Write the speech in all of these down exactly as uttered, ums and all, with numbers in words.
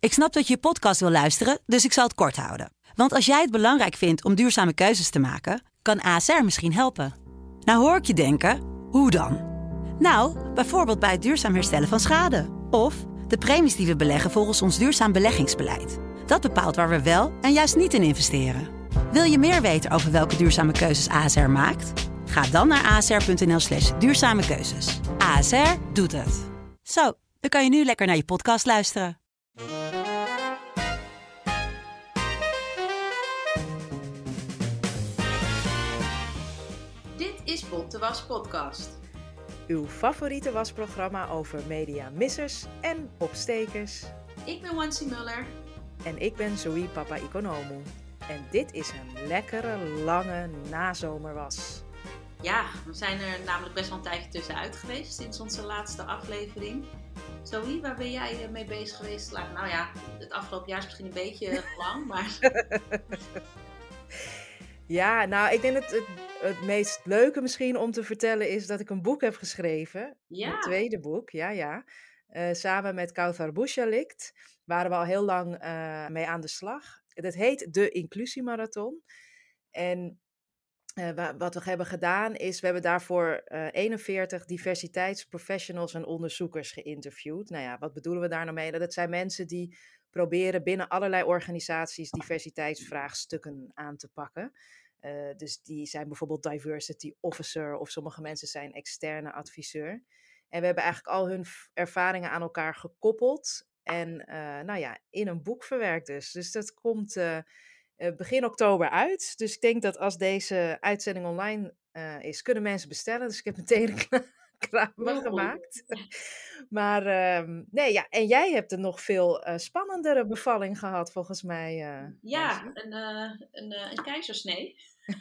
Ik snap dat je je podcast wil luisteren, dus ik zal het kort houden. Want als jij het belangrijk vindt om duurzame keuzes te maken, kan A S R misschien helpen. Nou hoor ik je denken, hoe dan? Nou, bijvoorbeeld bij het duurzaam herstellen van schade. Of de premies die we beleggen volgens ons duurzaam beleggingsbeleid. Dat bepaalt waar we wel en juist niet in investeren. Wil je meer weten over welke duurzame keuzes A S R maakt? Ga dan naar asr.nl slash duurzame keuzes. A S R doet het. Zo, dan kan je nu lekker naar je podcast luisteren. Dit is Bonte Was Podcast. Uw favoriete wasprogramma over mediamissers en opstekers. Ik ben Wansi Muller. En ik ben Zoe Papa Economo. En dit is een lekkere, lange nazomerwas. Ja, we zijn er namelijk best wel een tijdje tussenuit geweest sinds onze laatste aflevering. Zoe, waar ben jij mee bezig geweest? Nou ja, het afgelopen jaar is misschien een beetje lang, maar... Ja, nou, ik denk dat het, het meest leuke misschien om te vertellen is dat ik een boek heb geschreven. Ja. Een tweede boek, ja, ja. Uh, samen met Kauthar Bouchalikt waren we al heel lang uh, mee aan de slag. Het heet De Inclusiemarathon. En uh, wat we hebben gedaan is, we hebben daarvoor uh, eenenveertig diversiteitsprofessionals en onderzoekers geïnterviewd. Nou ja, wat bedoelen we daar nou mee? Dat zijn mensen die proberen binnen allerlei organisaties diversiteitsvraagstukken aan te pakken. Uh, dus die zijn bijvoorbeeld diversity officer of sommige mensen zijn externe adviseur. En we hebben eigenlijk al hun ervaringen aan elkaar gekoppeld en uh, nou ja, in een boek verwerkt dus. Dus dat komt uh, uh, begin oktober uit. Dus ik denk dat als deze uitzending online uh, is, kunnen mensen bestellen. Dus ik heb meteen reclame gemaakt. Maar uh, nee, ja, en jij hebt een nog veel uh, spannendere bevalling gehad volgens mij. Uh, ja, een, uh, een, uh, een keizersnee.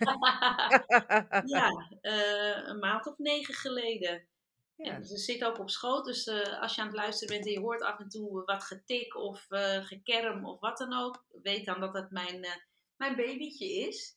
ja, uh, een maand of negen geleden. Ja. En ze zit ook op schoot, dus uh, als je aan het luisteren bent en je hoort af en toe wat getik of uh, gekerm of wat dan ook, weet dan dat het mijn, uh, mijn babytje is.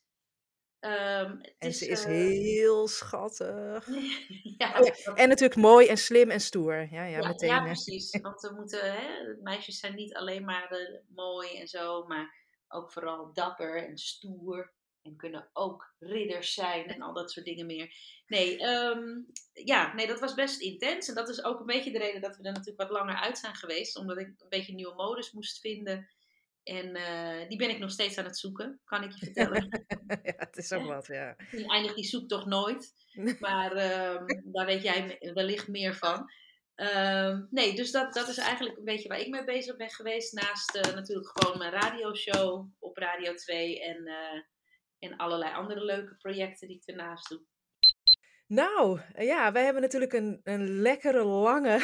Um, het en is, ze is uh... heel schattig. ja, oh, ja. En natuurlijk mooi en slim en stoer. Ja, ja, ja, meteen, ja precies. Want we moeten, hè, meisjes zijn niet alleen maar uh, mooi en zo, maar ook vooral dapper en stoer. En kunnen ook ridders zijn en al dat soort dingen meer. Nee, um, ja, nee, dat was best intens. En dat is ook een beetje de reden dat we er natuurlijk wat langer uit zijn geweest. Omdat ik een beetje nieuwe modus moest vinden. En uh, die ben ik nog steeds aan het zoeken, kan ik je vertellen. ja, het is ook wat, ja. Die eindigt die zoektocht nooit. Maar um, daar weet jij wellicht meer van. Um, nee, dus dat, dat is eigenlijk een beetje waar ik mee bezig ben geweest. Naast uh, natuurlijk gewoon mijn radioshow op Radio twee en... Uh, En allerlei andere leuke projecten die ik ernaast doe. Nou, ja, wij hebben natuurlijk een, een lekkere, lange,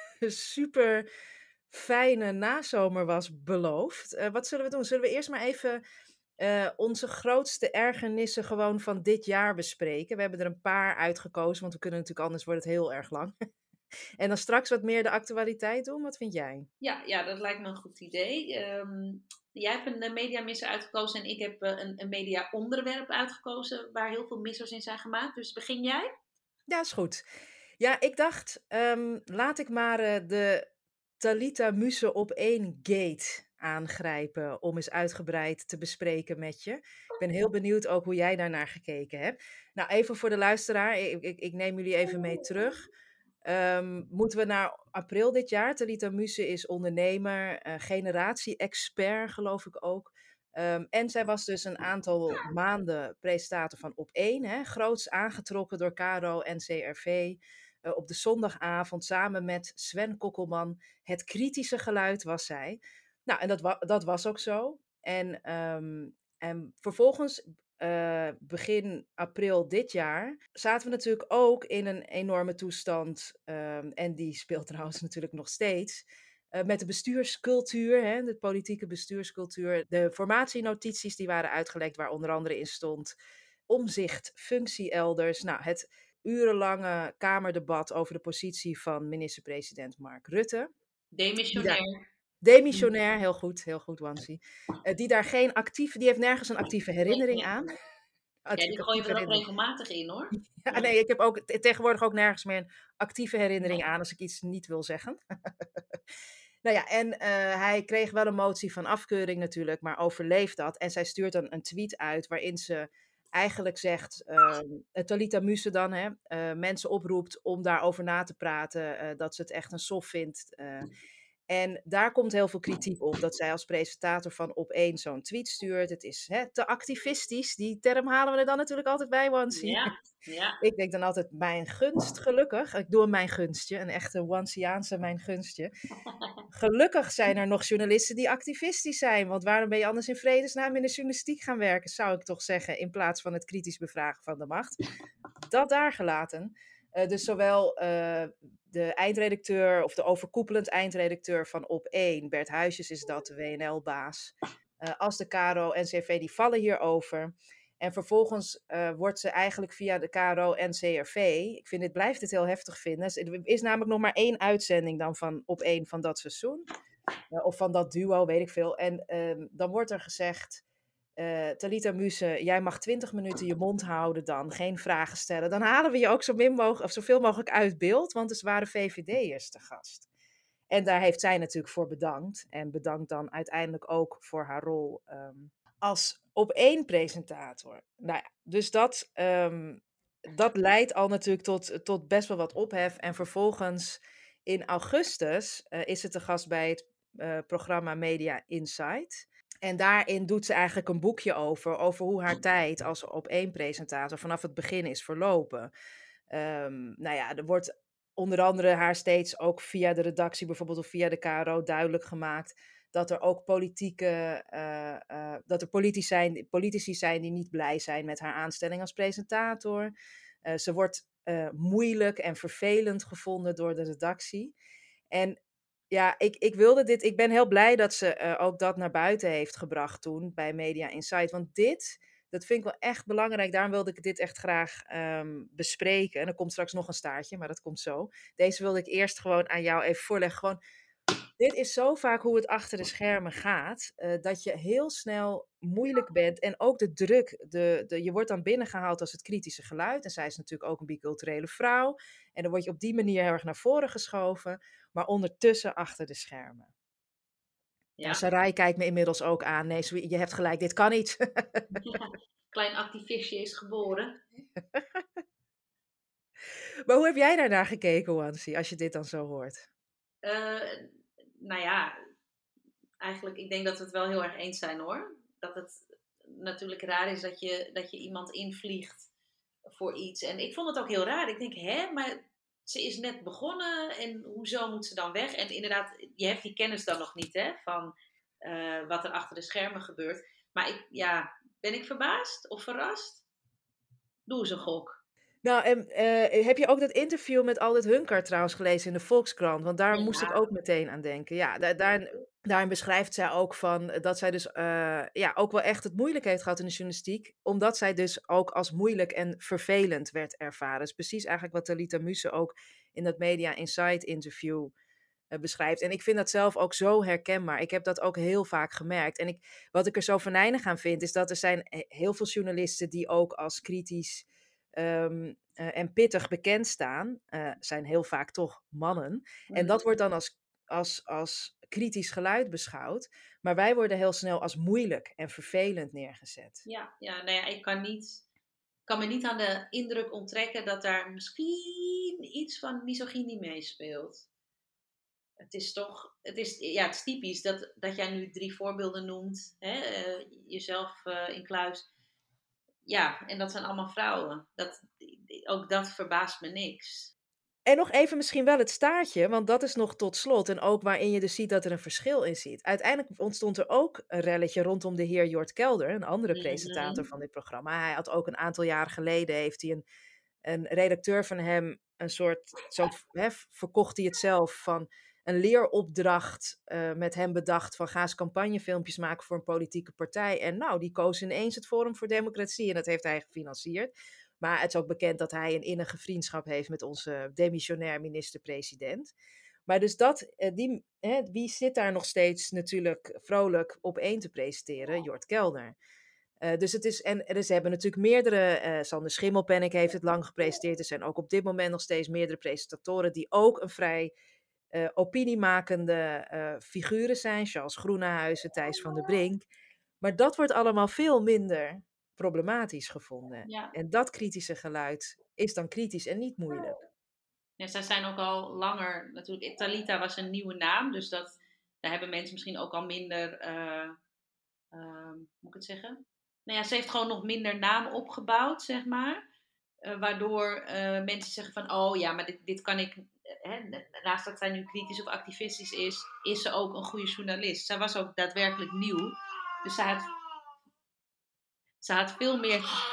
super fijne nazomerwas beloofd. Uh, wat zullen we doen? Zullen we eerst maar even uh, onze grootste ergernissen gewoon van dit jaar bespreken? We hebben er een paar uitgekozen, want we kunnen natuurlijk anders wordt het heel erg lang. En dan straks wat meer de actualiteit doen. Wat vind jij? Ja, ja, dat lijkt me een goed idee. Um, jij hebt een mediamisser uitgekozen en ik heb een, een media onderwerp uitgekozen waar heel veel missers in zijn gemaakt. Dus begin jij? Ja, is goed. Ja, ik dacht, um, laat ik maar uh, de Talita Muse op één gate aangrijpen om eens uitgebreid te bespreken met je. Ik ben heel benieuwd ook hoe jij daarnaar gekeken hebt. Nou, even voor de luisteraar, ik, ik, ik neem jullie even mee terug. Um, moeten we naar april dit jaar. Talita Muse is ondernemer, uh, generatie-expert geloof ik ook. Um, en zij was dus een aantal maanden presentator van Op één. Hè, groots aangetrokken door Caro en C R V. Uh, op de zondagavond samen met Sven Kokkelman. Het kritische geluid was zij. Nou, en dat, wa- dat was ook zo. En, um, en vervolgens... Uh, begin april dit jaar, zaten we natuurlijk ook in een enorme toestand, um, en die speelt trouwens natuurlijk nog steeds, uh, met de bestuurscultuur, hè, de politieke bestuurscultuur. De formatienotities die waren uitgelekt, waar onder andere in stond omzicht, functie elders. Nou, het urenlange kamerdebat over de positie van minister-president Mark Rutte. Demissionair. Demissionair, heel goed, heel goed, Wansi. Uh, die daar geen actief, die heeft nergens een actieve herinnering aan. Ja, die gooi je er ook regelmatig in, hoor. Ja, nee, ik heb ook tegenwoordig ook nergens meer een actieve herinnering aan als ik iets niet wil zeggen. Nou ja, en uh, hij kreeg wel een motie van afkeuring natuurlijk, maar overleeft dat. En zij stuurt dan een tweet uit waarin ze eigenlijk zegt, uh, Talita Muse dan, hè, uh, mensen oproept om daarover na te praten, uh, dat ze het echt een sof vindt. Uh, en daar komt heel veel kritiek op, dat zij als presentator van Op één zo'n tweet stuurt. Het is hè, te activistisch, die term halen we er dan natuurlijk altijd bij, Wansi. Ja, ja. Ik denk dan altijd mijn gunst, gelukkig. Ik doe een mijn gunstje, een echte Wansiaanse mijn gunstje. Gelukkig zijn er nog journalisten die activistisch zijn, want waarom ben je anders in vredesnaam in de journalistiek gaan werken, zou ik toch zeggen, in plaats van het kritisch bevragen van de macht. Dat daar gelaten. Uh, dus zowel uh, de eindredacteur of de overkoepelend eindredacteur van Op één, Bert Huisjes is dat, de W N L-baas, uh, als de K R O en C R V, die vallen hierover. En vervolgens uh, wordt ze eigenlijk via de K R O en C R V, ik vind dit, blijft het heel heftig vinden, er is namelijk nog maar één uitzending dan van Op één van dat seizoen, uh, of van dat duo, weet ik veel. En uh, dan wordt er gezegd, Uh, Talita Muse, jij mag twintig minuten je mond houden dan, geen vragen stellen. Dan halen we je ook zo min mogelijk, of zoveel mogelijk uit beeld, want er waren V V D'ers te gast. En daar heeft zij natuurlijk voor bedankt. En bedankt dan uiteindelijk ook voor haar rol um, als Op één presentator. Nou ja, dus dat, um, dat leidt al natuurlijk tot, tot best wel wat ophef. En vervolgens in augustus uh, is ze te gast bij het uh, programma Media Insight. En daarin doet ze eigenlijk een boekje over, over hoe haar tijd als Op één presentator vanaf het begin is verlopen. Um, nou ja, er wordt onder andere haar steeds ook via de redactie bijvoorbeeld of via de K R O duidelijk gemaakt dat er ook politieke, uh, uh, dat er politici zijn, politici zijn die niet blij zijn met haar aanstelling als presentator. Uh, ze wordt uh, moeilijk en vervelend gevonden door de redactie. En ja, ik, ik wilde dit. Ik ben heel blij dat ze uh, ook dat naar buiten heeft gebracht toen bij Media Insight. Want dit, dat vind ik wel echt belangrijk. Daarom wilde ik dit echt graag um, bespreken. En er komt straks nog een staartje, maar dat komt zo. Deze wilde ik eerst gewoon aan jou even voorleggen. Gewoon, dit is zo vaak hoe het achter de schermen gaat. Uh, dat je heel snel moeilijk bent. En ook de druk. De, de, je wordt dan binnengehaald als het kritische geluid. En zij is natuurlijk ook een biculturele vrouw. En dan word je op die manier heel erg naar voren geschoven. Maar ondertussen achter de schermen. Ja. Nou, Sarai kijkt me inmiddels ook aan. Nee, je hebt gelijk, dit kan niet. Ja, klein activistje is geboren. Maar hoe heb jij daarnaar gekeken, Wansi, als je dit dan zo hoort? Uh, nou ja, eigenlijk, ik denk dat we het wel heel erg eens zijn hoor. Dat het natuurlijk raar is dat je, dat je iemand invliegt voor iets. En ik vond het ook heel raar. Ik denk, hè, maar ze is net begonnen en hoezo moet ze dan weg? En inderdaad, je hebt die kennis dan nog niet, hè, van uh, wat er achter de schermen gebeurt. Maar ik, ja, ben ik verbaasd of verrast? Doe eens een gok. Nou, en uh, heb je ook dat interview met Aldert Hunkar trouwens gelezen in de Volkskrant? Want daar Ja. moest ik ook meteen aan denken. Ja, daar, daar, daarin beschrijft zij ook van dat zij dus uh, ja, ook wel echt het moeilijk heeft gehad in de journalistiek. Omdat zij dus ook als moeilijk en vervelend werd ervaren. Dat is precies eigenlijk wat Talita Muse ook in dat Media Insight interview uh, beschrijft. En ik vind dat zelf ook zo herkenbaar. Ik heb dat ook heel vaak gemerkt. En ik, wat ik er zo venijnig aan vind, is dat er zijn heel veel journalisten die ook als kritisch Um, uh, en pittig bekend staan, uh, zijn heel vaak toch mannen. Mm. En dat wordt dan als, als, als kritisch geluid beschouwd. Maar wij worden heel snel als moeilijk en vervelend neergezet. Ja, ja, nou ja, ik kan, niet, kan me niet aan de indruk onttrekken dat daar misschien iets van misogynie meespeelt. Het is toch, het is, ja, het is typisch dat, dat jij nu drie voorbeelden noemt, hè, uh, jezelf uh, in kluis. Ja, en dat zijn allemaal vrouwen. Dat, ook dat verbaast me niks. En nog even misschien wel het staartje, want dat is nog tot slot. En ook waarin je dus ziet dat er een verschil in zit. Uiteindelijk ontstond er ook een relletje rondom de heer Jort Kelder, een andere presentator mm-hmm. van dit programma. Hij had ook een aantal jaren geleden, heeft hij een, een redacteur van hem, een soort, zo hè, verkocht hij het zelf, van een leeropdracht uh, met hem bedacht van ga eens campagnefilmpjes maken voor een politieke partij. En nou, die koos ineens het Forum voor Democratie en dat heeft hij gefinancierd. Maar het is ook bekend dat hij een innige vriendschap heeft met onze demissionair minister-president. Maar dus dat, die, hè, wie zit daar nog steeds natuurlijk vrolijk op één te presenteren? Jort Kelder. Uh, dus het is, en dus ze hebben natuurlijk meerdere, uh, Sander Schimmelpenninck heeft het lang gepresenteerd. Er zijn ook op dit moment nog steeds meerdere presentatoren die ook een vrij uh, opiniemakende uh, figuren zijn. Charles Groenehuizen, Thijs van der Brink. Maar dat wordt allemaal veel minder problematisch gevonden. Ja. En dat kritische geluid is dan kritisch en niet moeilijk. Ja, zij zijn ook al langer, natuurlijk, Talita was een nieuwe naam, dus dat, daar hebben mensen misschien ook al minder, uh, uh, moet ik het zeggen? Nou ja, ze heeft gewoon nog minder naam opgebouwd, zeg maar. Uh, waardoor uh, mensen zeggen van, oh ja, maar dit, dit kan ik, hè, naast dat zij nu kritisch of activistisch is, is ze ook een goede journalist. Zij was ook daadwerkelijk nieuw, dus ze had, ze had veel meer...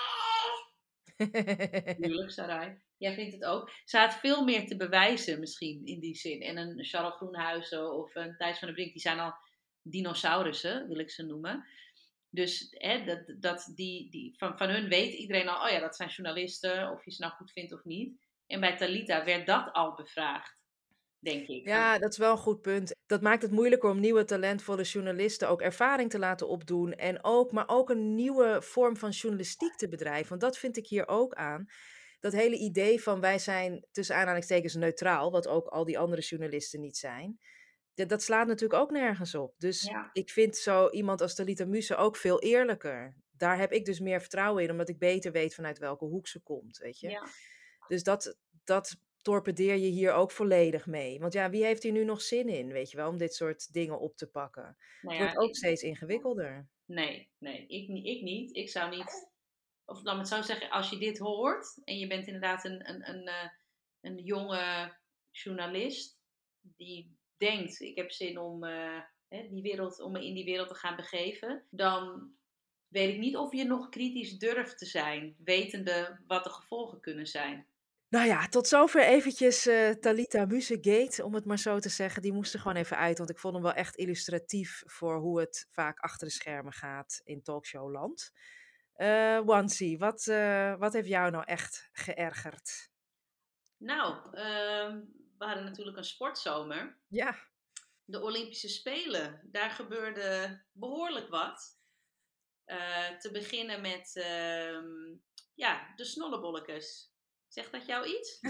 Tuurlijk, Sarai. Jij vindt het ook. Ze had veel meer te bewijzen misschien in die zin. En een Charles Groenhuizen of een Thijs van der Brink, die zijn al dinosaurussen, wil ik ze noemen. Dus hè, dat, dat die, die, van, van hun weet iedereen al, oh ja, dat zijn journalisten, of je ze nou goed vindt of niet. En bij Talita werd dat al bevraagd, denk ik. Ja, dat is wel een goed punt. Dat maakt het moeilijker om nieuwe talentvolle journalisten ook ervaring te laten opdoen. En ook, maar ook een nieuwe vorm van journalistiek te bedrijven. Want dat vind ik hier ook aan. Dat hele idee van wij zijn tussen aanhalingstekens neutraal, wat ook al die andere journalisten niet zijn. Dat, dat slaat natuurlijk ook nergens op. Dus Ja. ik vind zo iemand als Talita Muse ook veel eerlijker. Daar heb ik dus meer vertrouwen in, omdat ik beter weet vanuit welke hoek ze komt, weet je. Ja. Dus dat, dat torpedeer je hier ook volledig mee. Want ja, wie heeft hier nu nog zin in, weet je wel, om dit soort dingen op te pakken? Nou Het ja, wordt ook ik, steeds ingewikkelder. Nee, nee, ik, ik niet. Ik zou niet... Of dan het zou zeggen, als je dit hoort en je bent inderdaad een, een, een, een, een jonge journalist die denkt, ik heb zin om, uh, hè, die wereld, om me in die wereld te gaan begeven, dan weet ik niet of je nog kritisch durft te zijn, wetende wat de gevolgen kunnen zijn. Nou ja, tot zover eventjes uh, Talita Muse Gate, om het maar zo te zeggen. Die moest er gewoon even uit, want ik vond hem wel echt illustratief voor hoe het vaak achter de schermen gaat in talkshowland. Uh, Wansi, wat, uh, wat heeft jou nou echt geërgerd? Nou, uh, we hadden natuurlijk een sportzomer. Ja. De Olympische Spelen, daar gebeurde behoorlijk wat. Uh, te beginnen met uh, ja, de snollebolletjes. Zegt dat jou iets?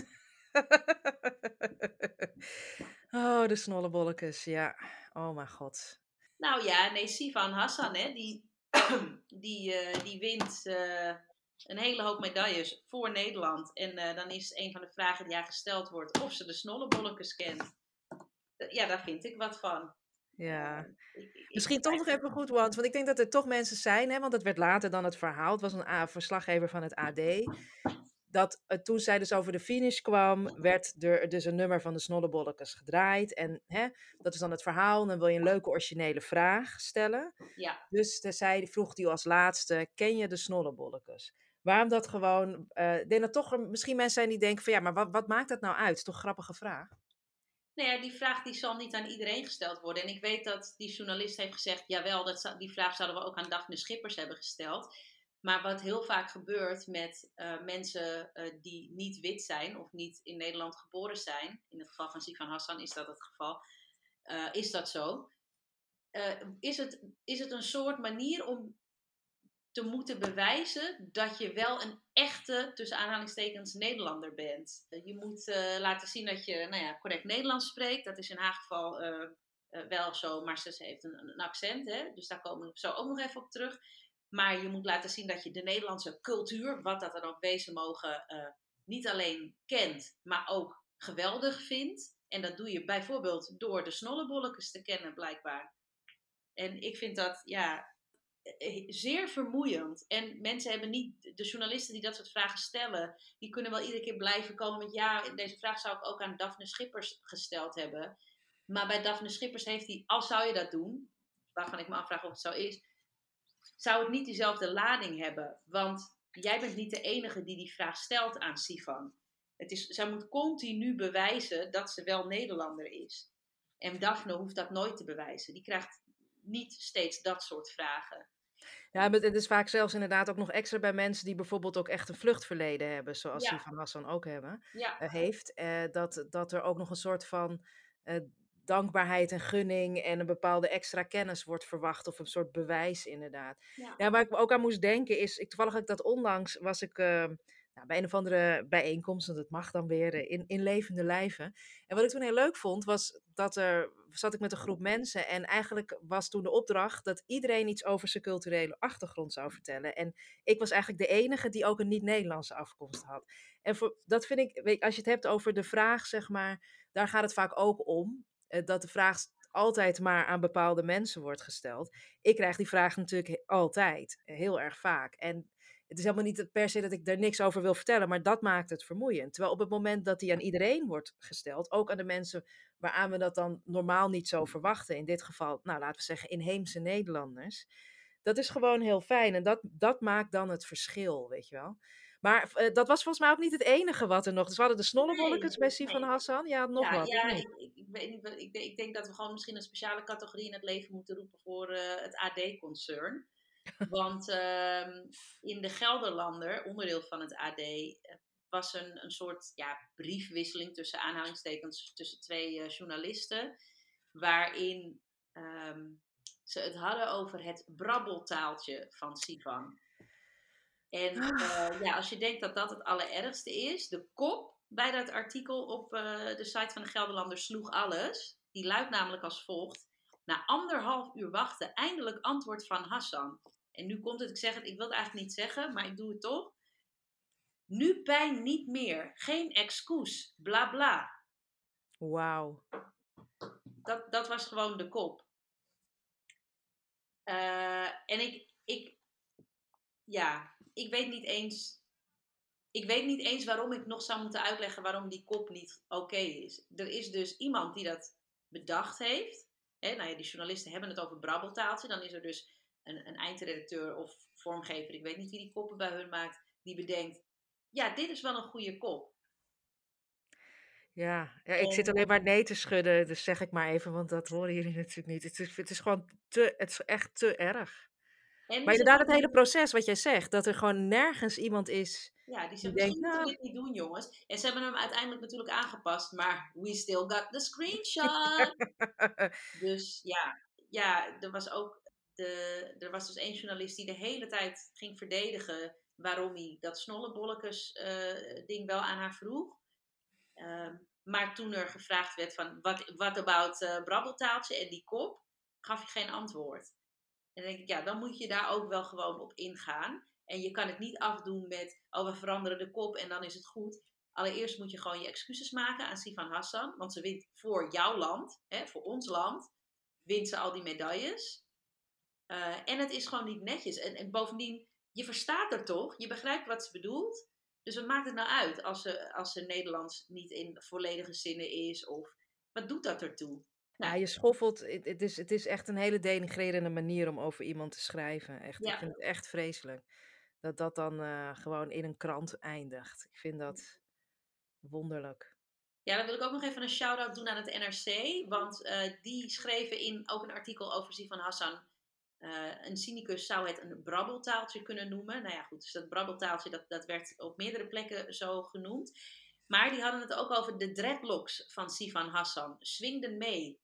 Oh, de snollebolletjes, ja. Oh mijn god. Nou ja, nee, Sivan Hassan, hè, die, die, uh, die wint uh, een hele hoop medailles voor Nederland. En uh, dan is een van de vragen die haar gesteld wordt of ze de snollebolletjes kent. Uh, ja, daar vind ik wat van. Ja, uh, ik, ik, misschien ik, toch nog even goed, want, want ik denk dat er toch mensen zijn, hè, want dat werd later dan het verhaal. Het was een uh, verslaggever van het A D. Dat uh, toen zij dus over de finish kwam, werd er dus een nummer van de snollebolletjes gedraaid. En hè, dat is dan het verhaal. Dan wil je een leuke originele vraag stellen. Ja. Dus zij vroeg die als laatste, ken je de snollebolletjes? Waarom dat gewoon, uh, ik denk dat toch er misschien mensen zijn die denken van ja, maar wat, wat maakt dat nou uit? Het is toch een grappige vraag? Nou ja, die vraag die zal niet aan iedereen gesteld worden. En ik weet dat die journalist heeft gezegd, jawel, dat zou, die vraag zouden we ook aan Daphne Schippers hebben gesteld. Maar wat heel vaak gebeurt met uh, mensen uh, die niet wit zijn of niet in Nederland geboren zijn, in het geval van Sivan Hassan is dat het geval, uh, is dat zo. Uh, is, het, is het een soort manier om te moeten bewijzen dat je wel een echte, tussen aanhalingstekens, Nederlander bent. Je moet uh, laten zien dat je nou ja, correct Nederlands spreekt. Dat is in haar geval uh, uh, wel zo, maar ze heeft een, een accent. Hè? Dus daar komen we zo ook nog even op terug. Maar je moet laten zien dat je de Nederlandse cultuur, wat dat dan ook wezen mogen, uh, niet alleen kent, maar ook geweldig vindt. En dat doe je bijvoorbeeld door de snollebolletjes te kennen, blijkbaar. En ik vind dat, ja, zeer vermoeiend. En mensen hebben niet, de journalisten die dat soort vragen stellen, die kunnen wel iedere keer blijven komen met ja, deze vraag zou ik ook aan Daphne Schippers gesteld hebben. Maar bij Daphne Schippers heeft hij, als zou je dat doen, waarvan ik me afvraag of het zo is, zou het niet diezelfde lading hebben. Want jij bent niet de enige die die vraag stelt aan Sivan. Het is, zij moet continu bewijzen dat ze wel Nederlander is. En Daphne hoeft dat nooit te bewijzen. Die krijgt niet steeds dat soort vragen. Ja, maar het is vaak zelfs inderdaad ook nog extra bij mensen die bijvoorbeeld ook echt een vluchtverleden hebben, zoals Ja. Sivan Hassan ook hebben, Ja. uh, heeft. Uh, dat, dat er ook nog een soort van uh, dankbaarheid en gunning en een bepaalde extra kennis wordt verwacht, of een soort bewijs inderdaad. Ja, ja waar ik me ook aan moest denken is, ik, toevallig ik dat onlangs was ik, uh, nou, bij een of andere bijeenkomst, want het mag dan weer eh, in, in levende lijven. En wat ik toen heel leuk vond, was dat er zat ik met een groep mensen en eigenlijk was toen de opdracht dat iedereen iets over zijn culturele achtergrond zou vertellen. En ik was eigenlijk de enige die ook een niet-Nederlandse afkomst had. En voor, dat vind ik, weet, je, als je het hebt over de vraag, zeg maar, daar gaat het vaak ook om. eh, Dat de vraag altijd maar aan bepaalde mensen wordt gesteld. Ik krijg die vraag natuurlijk he- altijd, eh, heel erg vaak. En het is helemaal niet per se dat ik daar niks over wil vertellen, maar dat maakt het vermoeiend. Terwijl op het moment dat die aan iedereen wordt gesteld, ook aan de mensen waaraan we dat dan normaal niet zo verwachten, in dit geval, nou laten we zeggen, inheemse Nederlanders, dat is gewoon heel fijn. En dat, dat maakt dan het verschil, weet je wel. Maar eh, dat was volgens mij ook niet het enige wat er nog. Dus we hadden de Nee, snollebolletjes bij Sifan nee. Hassan. Ja, nog Ja, wat, of ja niet? ik, ik, ik weet niet, wat- ik, denk- ik denk dat we gewoon misschien een speciale categorie in het leven moeten roepen voor eh, het A D-concern. Want ehm, in de Gelderlander, onderdeel van het A D, eh, was een, een soort ja, briefwisseling tussen aanhalingstekens tussen twee eh, journalisten. Waarin ehm, ze het hadden over het brabbeltaaltje van Sivan. En Ah, eh, ja, als je denkt dat dat het allerergste is, de kop bij dat artikel op eh, de site van de Gelderlander sloeg alles. Die luidt namelijk als volgt. Na anderhalf uur wachten, eindelijk antwoord van Hassan. En nu komt het, ik zeg het, ik wil het eigenlijk niet zeggen, maar ik doe het toch. Nu pijn niet meer, geen excuus, bla bla. wauw. Dat, dat was gewoon de kop. Uh, en ik, ik, ja, ik weet niet eens ik weet niet eens waarom ik nog zou moeten uitleggen waarom die kop niet oké is. Er is dus iemand die dat bedacht heeft. Hè, nou ja, die journalisten hebben het over brabbeltaaltje. Dan is er dus een, een eindredacteur of vormgever, ik weet niet wie die koppen bij hun maakt, die bedenkt, ja, dit is wel een goede kop. Ja, ja, ik zit En, alleen maar nee te schudden, dus zeg ik maar even, want dat horen jullie natuurlijk niet. Het is, het is gewoon te, het is echt te erg. en Maar ze inderdaad, het hebben, hele proces wat jij zegt, dat er gewoon nergens iemand is ja, die die zegt, denkt, misschien moeten we nou, dit niet doen, jongens. En ze hebben hem uiteindelijk natuurlijk aangepast, maar we still got the screenshot. Dus ja, ja, er was ook de, er was dus één journalist die de hele tijd ging verdedigen waarom hij dat snollebollekes eh, ding wel aan haar vroeg. Ehm, maar toen er gevraagd werd van wat what about uh, brabbeltaaltje en die kop, gaf je geen antwoord. En dan denk ik, ja, dan moet je daar ook wel gewoon op ingaan. En je kan het niet afdoen met, oh, we veranderen de kop en dan is het goed. Allereerst moet je gewoon je excuses maken aan Sifan Hassan. Want ze wint voor jouw land, hè, voor ons land, wint ze al die medailles. Uh, en het is gewoon niet netjes. En, en bovendien, je verstaat er toch? Je begrijpt wat ze bedoelt. Dus wat maakt het nou uit als ze, als ze Nederlands niet in volledige zinnen is? Of wat doet dat ertoe? ja, Nou, je schoffelt. Het, het is, het is echt een hele denigrerende manier om over iemand te schrijven. Echt, ik ja. vind het echt vreselijk dat dat dan eh, gewoon in een krant eindigt. Ik vind dat wonderlijk. Ja, dan wil ik ook nog even een shout-out doen aan het N R C. Want uh, die schreven in ook een artikel over Sifan Hassan. Uh, een cynicus zou het een brabbeltaaltje kunnen noemen. Nou ja, goed, dus dat brabbeltaaltje dat, dat werd op meerdere plekken zo genoemd. Maar die hadden het ook over de dreadlocks van Sifan Hassan. Swingden mee.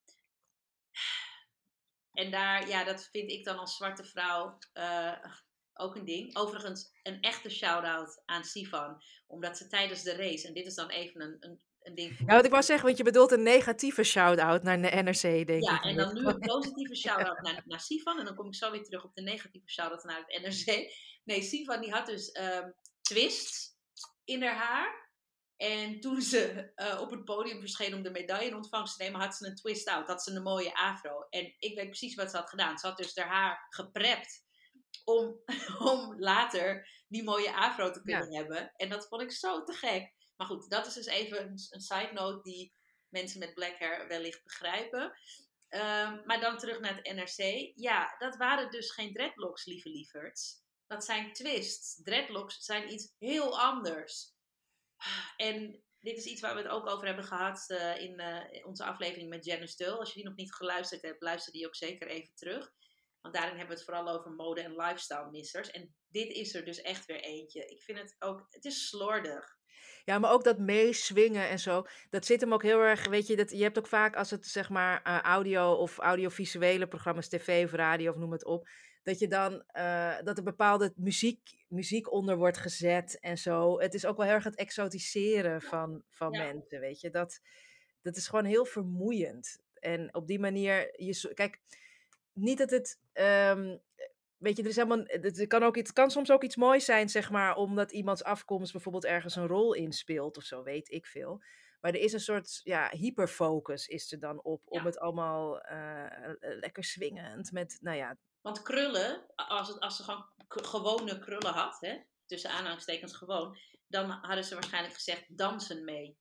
En daar, ja, dat vind ik dan als zwarte vrouw uh, ook een ding. Overigens, een echte shout-out aan Sifan. Omdat ze tijdens de race, en dit is dan even een, een, een ding voor Ja, wat ik wou zeggen, want je bedoelt een negatieve shout-out naar de N R C, denk ja, ik. en dan nu een positieve shout-out naar, naar Sivan. En dan kom ik zo weer terug op de negatieve shout-out naar het N R C. Nee, Sivan die had dus um, twists in haar haar. En toen ze uh, op het podium verscheen om de medaille in ontvangst te nemen, had ze een twist-out. Had ze een mooie afro. En ik weet precies wat ze had gedaan. Ze had dus haar haar geprept om, om later die mooie afro te kunnen ja. hebben. En dat vond ik zo te gek. Maar goed, dat is dus even een, een side note die mensen met black hair wellicht begrijpen. Um, maar dan terug naar het N R C. Ja, dat waren dus geen dreadlocks, lieve lieverds. Dat zijn twists. Dreadlocks zijn iets heel anders. En dit is iets waar we het ook over hebben gehad uh, in uh, onze aflevering met Janice Dull. Als je die nog niet geluisterd hebt, luister die ook zeker even terug. Want daarin hebben we het vooral over mode- en lifestyle-missers. En dit is er dus echt weer eentje. Ik vind het ook, het is slordig. Ja, maar ook dat meeswingen en zo, dat zit hem ook heel erg, weet je, dat, je hebt ook vaak als het zeg maar eh, audio of audiovisuele programma's, tv of radio of noem het op, dat je dan, eh, dat er bepaalde muziek, muziek onder wordt gezet en zo. Het is ook wel heel erg het exotiseren van, van Ja. mensen, weet je. Dat, dat is gewoon heel vermoeiend. En op die manier, je, zo- kijk, niet dat het, ehm, weet je, er is helemaal, het, het kan ook, het kan soms ook iets moois zijn, zeg maar, omdat iemands afkomst bijvoorbeeld ergens een rol inspeelt of zo, weet ik veel. Maar er is een soort, ja, hyperfocus is er dan op, om Ja. het allemaal eh, eh, lekker swingend met, nou ja, Want krullen, als, het, als ze gewoon k- gewone krullen had, hè, tussen aanhalingstekens gewoon, dan hadden ze waarschijnlijk gezegd dansen mee.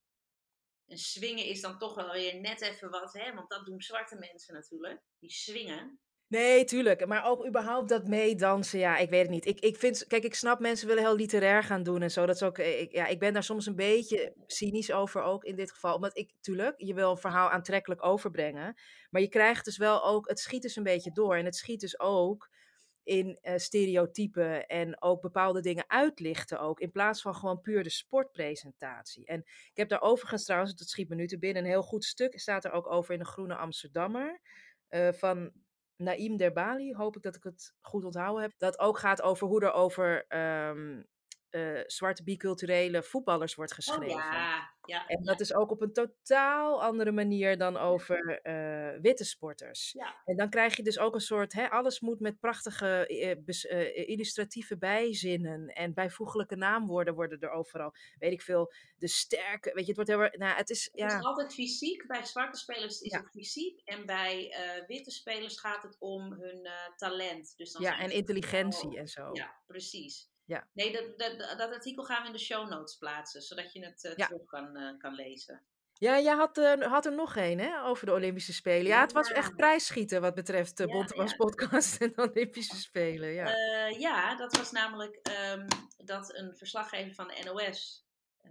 En swingen is dan toch wel weer net even wat, hè, want dat doen zwarte mensen natuurlijk. Die swingen. nee, tuurlijk. Maar ook überhaupt dat meedansen, ja, ik weet het niet. Ik, ik vind, kijk, ik snap mensen willen heel literair gaan doen en zo. Dat is ook, eh, ik, ja, ik ben daar soms een beetje cynisch over ook in dit geval. Omdat ik, tuurlijk, je wil een verhaal aantrekkelijk overbrengen. Maar je krijgt dus wel ook, het schiet dus een beetje door. En het schiet dus ook in eh, stereotypen en ook bepaalde dingen uitlichten ook. In plaats van gewoon puur de sportpresentatie. En ik heb daar overigens trouwens, het schiet me nu te binnen, een heel goed stuk. Staat er ook over in de Groene Amsterdammer. eh, van Naïm Derbali, hoop ik dat ik het goed onthouden heb. Dat ook gaat over hoe er over ehm, eh, zwarte biculturele voetballers wordt Oh geschreven. ja, ja, En ja, dat is ook op een totaal andere manier dan over eh, witte sporters. ja. En dan krijg je dus ook een soort, hè, alles moet met prachtige eh, bes- eh, illustratieve bijzinnen en bijvoeglijke naamwoorden worden er overal. Weet ik veel, de sterke, weet je, het wordt heel erg, nou, het is, Het is ja, altijd fysiek. Bij zwarte spelers is ja, het fysiek. En bij eh, witte spelers gaat het om hun eh, talent. Dus dan ja, zijn en ze intelligentie oh, en zo. ja, precies. Ja, Nee, dat, dat, dat artikel gaan we in de show notes plaatsen. Zodat je het eh, ja. terug kan, eh, kan lezen. Ja, jij had, eh, had er nog een, hè, over de Olympische Spelen. Ja, Ja, het was echt prijsschieten wat betreft de ja, Bontewas ja. podcast en de Olympische Spelen, ja. Eh, ja, dat was namelijk ehm, dat een verslaggever van de N O S eh,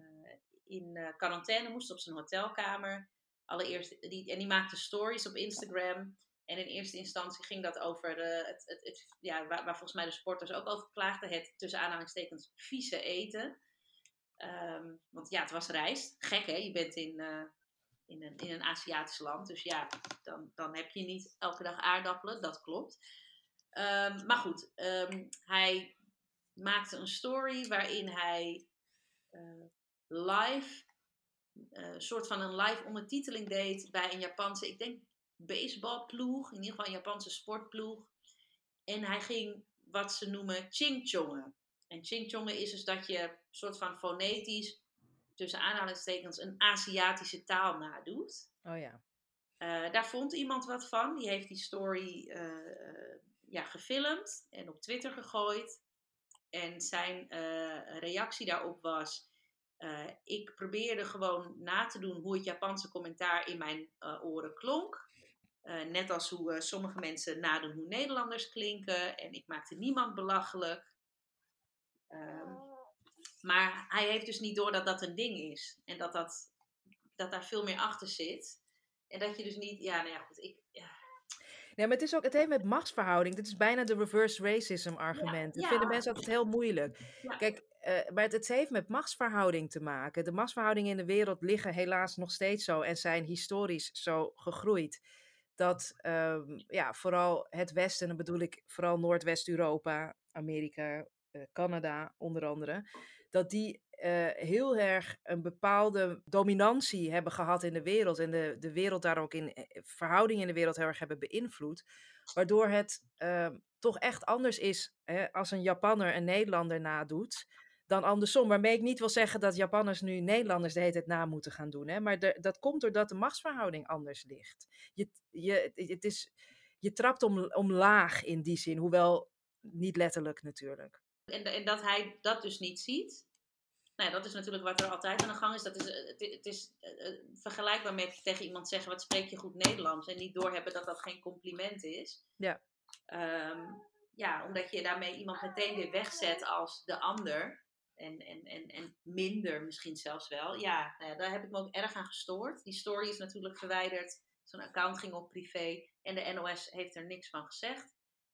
in eh, quarantaine moest op zijn hotelkamer. Allereerst, die, en die maakte stories op Instagram. En in eerste instantie ging dat over eh, het, het, het, ja, waar, waar volgens mij de sporters ook over klaagden. Het tussen aanhalingstekens vieze eten. Ehm, want ja, het was rijst. Gek hè, je bent in, eh, in, een, in een Aziatisch land. Dus ja, dan, dan heb je niet elke dag aardappelen. Dat klopt. Um, maar goed, um, hij maakte een story waarin hij uh, live, een uh, soort van een live ondertiteling deed bij een Japanse, ik denk baseballploeg, in ieder geval een Japanse sportploeg. En hij ging wat ze noemen chingchongen. En chingchongen is dus dat je soort van fonetisch, tussen aanhalingstekens, een Aziatische taal nadoet. Oh ja. Uh, daar vond iemand wat van. Die heeft die story uh, ja, gefilmd en op Twitter gegooid. En zijn uh, reactie daarop was: uh, ik probeerde gewoon na te doen hoe het Japanse commentaar in mijn uh, oren klonk. Uh, net als hoe uh, sommige mensen nadoen hoe Nederlanders klinken. En ik maakte niemand belachelijk. Um, maar hij heeft dus niet door dat dat een ding is. En dat, dat, dat daar veel meer achter zit. En dat je dus niet... Ja, nou ja, goed. Ik, ja. Nee, maar het is ook, het heeft met machtsverhouding. Dit is bijna de reverse racism argument. Ja, Dat ja. vinden mensen altijd heel moeilijk. Ja. Kijk, uh, maar het, het heeft met machtsverhouding te maken. De machtsverhoudingen in de wereld liggen helaas nog steeds zo en zijn historisch zo gegroeid. Dat um, ja, vooral het Westen, en dan bedoel ik vooral Noordwest-Europa, Amerika, uh, Canada onder andere, dat die uh, heel erg een bepaalde dominantie hebben gehad in de wereld en de, de wereld daar ook in uh, verhoudingen in de wereld heel erg hebben beïnvloed, waardoor het uh, toch echt anders is hè, als een Japanner een Nederlander nadoet dan andersom. Waarmee ik niet wil zeggen dat Japanners nu Nederlanders de hele tijd na moeten gaan doen. Hè? Maar de, dat komt doordat de machtsverhouding anders ligt. Je, je, het is, je trapt om, omlaag in die zin, hoewel niet letterlijk natuurlijk. En, en dat hij dat dus niet ziet. Nou ja, dat is natuurlijk wat er altijd aan de gang is. Dat is het, het is uh, vergelijkbaar met tegen iemand zeggen: wat spreek je goed Nederlands? En niet doorhebben dat dat geen compliment is. Ja. Um, ja, omdat je daarmee iemand meteen weer wegzet als de ander. En, en, en, en minder misschien zelfs wel. Ja, nou ja, daar heb ik me ook erg aan gestoord. Die story is natuurlijk verwijderd. Zo'n account ging op privé. En de N O S heeft er niks van gezegd.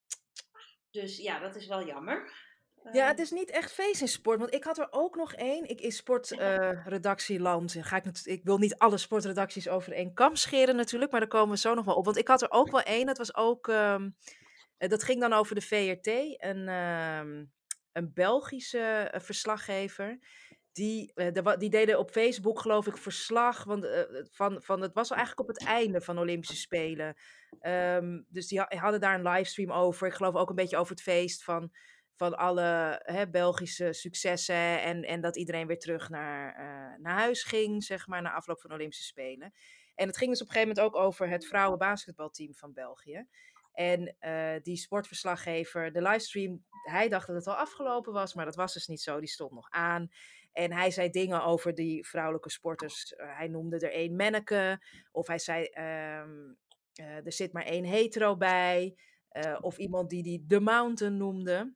Dus ja, dat is wel jammer. Ja, Ehm, het is niet echt feest in sport, want ik had er ook nog één. Ik in sportredactieland. ga ik, nat- ik wil niet alle sportredacties over één kam scheren natuurlijk, maar daar komen we zo nog wel op. Want ik had er ook wel één. Dat was ook, ehm, eh, dat ging dan over de V R T, een, ehm, een Belgische eh, verslaggever. Die, eh, de wa- die deden op Facebook, geloof ik, verslag. Want, eh, van, van, het was al eigenlijk op het einde van de Olympische Spelen. Ehm, dus die ha- hadden daar een livestream over. Ik geloof ook een beetje over het feest van, van alle hè, Belgische successen. En, en dat iedereen weer terug naar, eh, naar huis ging, zeg maar, na afloop van de Olympische Spelen. En het ging dus op een gegeven moment ook over het vrouwenbasketbalteam van België. En eh, die sportverslaggever, de livestream, hij dacht dat het al afgelopen was, maar dat was dus niet zo. Die stond nog aan. En hij zei dingen over die vrouwelijke sporters. Uh, hij noemde er één manneke. Of hij zei, ehm, uh, er zit maar één hetero bij. Uh, of iemand die die The Mountain noemde.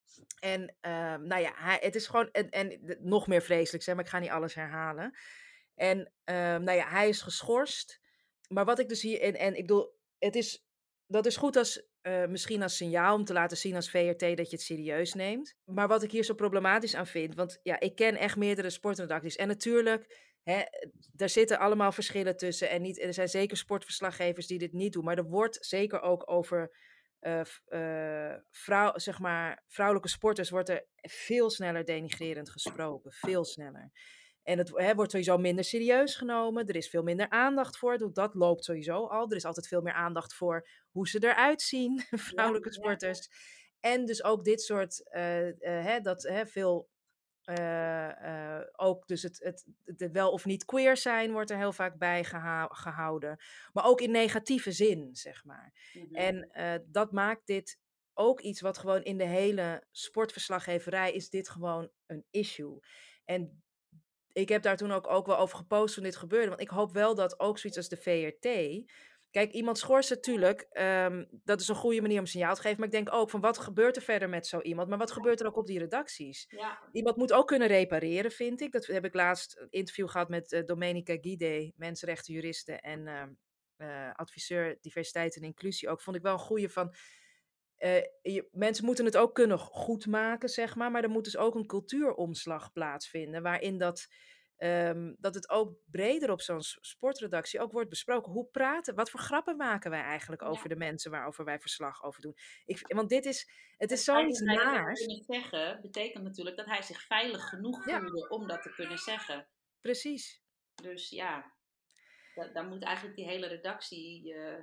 En um, nou ja, hij, het is gewoon, en, en nog meer vreselijk, zeg, maar ik ga niet alles herhalen. En um, nou ja, hij is geschorst. Maar wat ik dus hier, en, en ik bedoel, het is, dat is goed als, uh, misschien als signaal om te laten zien als V R T dat je het serieus neemt. Maar wat ik hier zo problematisch aan vind, want ja, ik ken echt meerdere sportredacties. En natuurlijk, hè, er zitten allemaal verschillen tussen. En niet, er zijn zeker sportverslaggevers die dit niet doen. Maar er wordt zeker ook over uh, uh, vrouw, zeg maar, vrouwelijke sporters wordt er veel sneller denigrerend gesproken. Veel sneller. En het hè, wordt sowieso minder serieus genomen. Er is veel minder aandacht voor. Dat loopt sowieso al. Er is altijd veel meer aandacht voor hoe ze eruit zien, vrouwelijke ja, sporters. Ja. En dus ook dit soort, uh, uh, hè, dat hè, veel... Uh, uh, ook dus het, het, het wel of niet queer zijn wordt er heel vaak bij geha- gehouden. Maar ook in negatieve zin, zeg maar. Mm-hmm. En uh, dat maakt dit ook iets wat gewoon in de hele sportverslaggeverij is dit gewoon een issue. En ik heb daar toen ook, ook wel over gepost toen dit gebeurde. Want ik hoop wel dat ook zoiets als de V R T... Kijk, iemand schorst natuurlijk. Um, dat is een goede manier om signaal te geven. Maar ik denk ook van wat gebeurt er verder met zo iemand? Maar wat gebeurt er ook op die redacties? ja. Iemand moet ook kunnen repareren, vind ik. Dat heb ik laatst een interview gehad met uh, Domenica Guide, mensenrechtenjuriste en uh, uh, adviseur diversiteit en inclusie. Ook vond ik wel een goede van... Uh, je, mensen moeten het ook kunnen goedmaken, zeg maar. Maar er moet dus ook een cultuuromslag plaatsvinden. Waarin dat, um, dat het ook breder op zo'n sportredactie ook wordt besproken. Hoe praten, wat voor grappen maken wij eigenlijk over ja. de mensen waarover wij verslag over doen? Ik, want dit is, het is zoiets naars. Dat hij dat kunnen zeggen, betekent natuurlijk dat hij zich veilig genoeg voelde ja. om dat te kunnen zeggen. Precies. Dus ja, da- daar moet eigenlijk die hele redactie... Uh,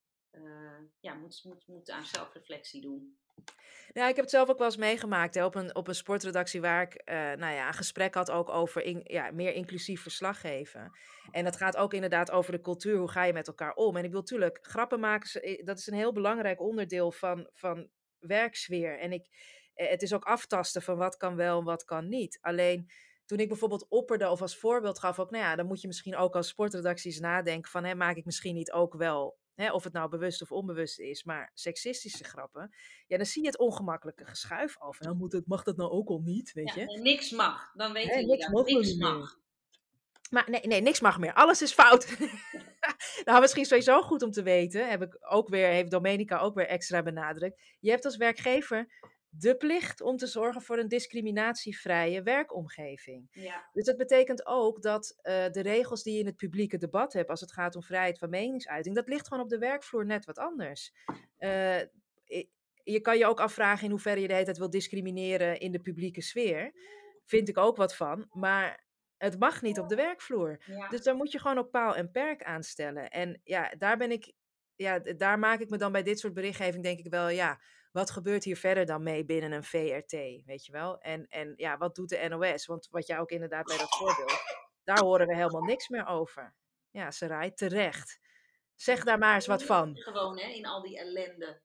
Uh, ja, moet, moet, moet aan zelfreflectie doen. Ja, ik heb het zelf ook wel eens meegemaakt hè, op, een, op een sportredactie waar ik uh, nou ja, een gesprek had ook over in, ja, meer inclusief verslaggeven. En dat gaat ook inderdaad over de cultuur, hoe ga je met elkaar om? En ik wil natuurlijk, grappen maken, dat is een heel belangrijk onderdeel van, van werksfeer. En ik, het is ook aftasten van wat kan wel en wat kan niet. Alleen... Toen ik bijvoorbeeld opperde of als voorbeeld gaf, ook, nou ja, dan moet je misschien ook als sportredacties nadenken van, hè, maak ik misschien niet ook wel, hè, of het nou bewust of onbewust is, maar seksistische grappen. Ja, dan zie je het ongemakkelijke geschuif af. En dan moet het, mag dat nou ook al niet, weet je? Ja, niks mag. Dan weet je niks dat mag. Niks mag. Maar nee, nee, niks mag meer. Alles is fout. Nou, misschien sowieso goed om te weten, heb ik ook weer, heeft Domenica ook weer extra benadrukt. Je hebt als werkgever de plicht om te zorgen voor een discriminatievrije werkomgeving. Ja. Dus dat betekent ook dat uh, de regels die je in het publieke debat hebt als het gaat om vrijheid van meningsuiting, dat ligt gewoon op de werkvloer net wat anders. Uh, je kan je ook afvragen in hoeverre je de hele tijd wil discrimineren in de publieke sfeer. Vind ik ook wat van, maar het mag niet op de werkvloer. Ja. Dus daar moet je gewoon ook paal en perk aan stellen. En ja, daar ben ik, ja, daar maak ik me dan bij dit soort berichtgeving denk ik wel, ja, wat gebeurt hier verder dan mee binnen een V R T, weet je wel? En, en ja, wat doet de N O S? Want wat jij ook inderdaad bij dat voorbeeld, daar horen we helemaal niks meer over. Ja, Sarai, terecht. Zeg daar maar eens wat van. Gewoon, hè, in al die ellende.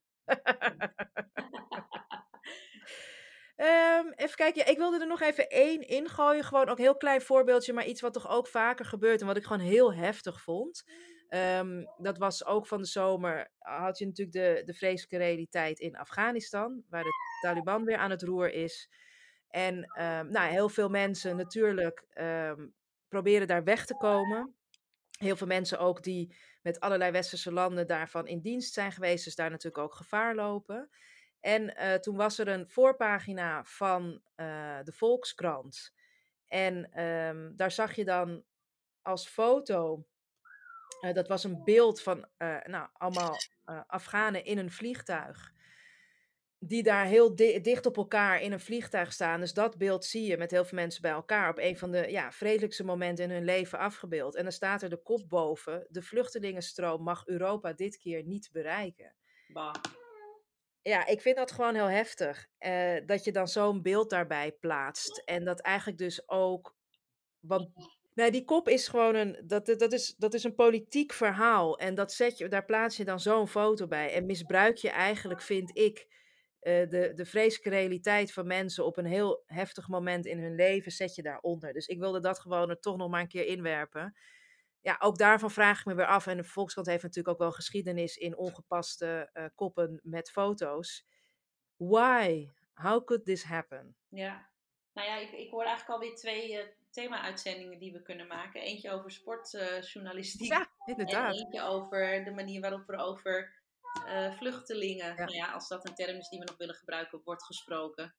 Um, even kijken, ja, ik wilde er nog even één ingooien. Gewoon ook een heel klein voorbeeldje, maar iets wat toch ook vaker gebeurt en wat ik gewoon heel heftig vond. Um, dat was ook van de zomer, had je natuurlijk de, de vreselijke realiteit in Afghanistan, waar de Taliban weer aan het roer is. En um, nou, heel veel mensen natuurlijk um, proberen daar weg te komen. Heel veel mensen ook die met allerlei westerse landen daarvan in dienst zijn geweest, dus daar natuurlijk ook gevaar lopen. En uh, toen was er een voorpagina van uh, de Volkskrant. En um, daar zag je dan als foto, uh, dat was een beeld van uh, nou, allemaal uh, Afghanen in een vliegtuig. Die daar heel di- dicht op elkaar in een vliegtuig staan. Dus dat beeld zie je met heel veel mensen bij elkaar op een van de ja, vredelijkste momenten in hun leven afgebeeld. En dan staat er de kop boven: de vluchtelingenstroom mag Europa dit keer niet bereiken. Bah. Ja, ik vind dat gewoon heel heftig. Uh, dat je dan zo'n beeld daarbij plaatst. En dat eigenlijk dus ook. Want nee, die kop is gewoon een. Dat, dat, is, dat is een politiek verhaal. En dat zet je, daar plaats je dan zo'n foto bij. En misbruik je eigenlijk, vind ik. Uh, de, de vreselijke realiteit van mensen op een heel heftig moment in hun leven zet je daaronder. Dus ik wilde dat gewoon er toch nog maar een keer inwerpen. Ja, ook daarvan vraag ik me weer af. En de Volkskrant heeft natuurlijk ook wel geschiedenis in ongepaste uh, koppen met foto's. Why? How could this happen? Ja, nou ja, ik, ik hoor eigenlijk alweer twee uh, thema-uitzendingen die we kunnen maken. Eentje over sportjournalistiek. Uh, ja, inderdaad. En eentje over de manier waarop er over uh, vluchtelingen, ja. Nou ja, als dat een term is die we nog willen gebruiken, wordt gesproken.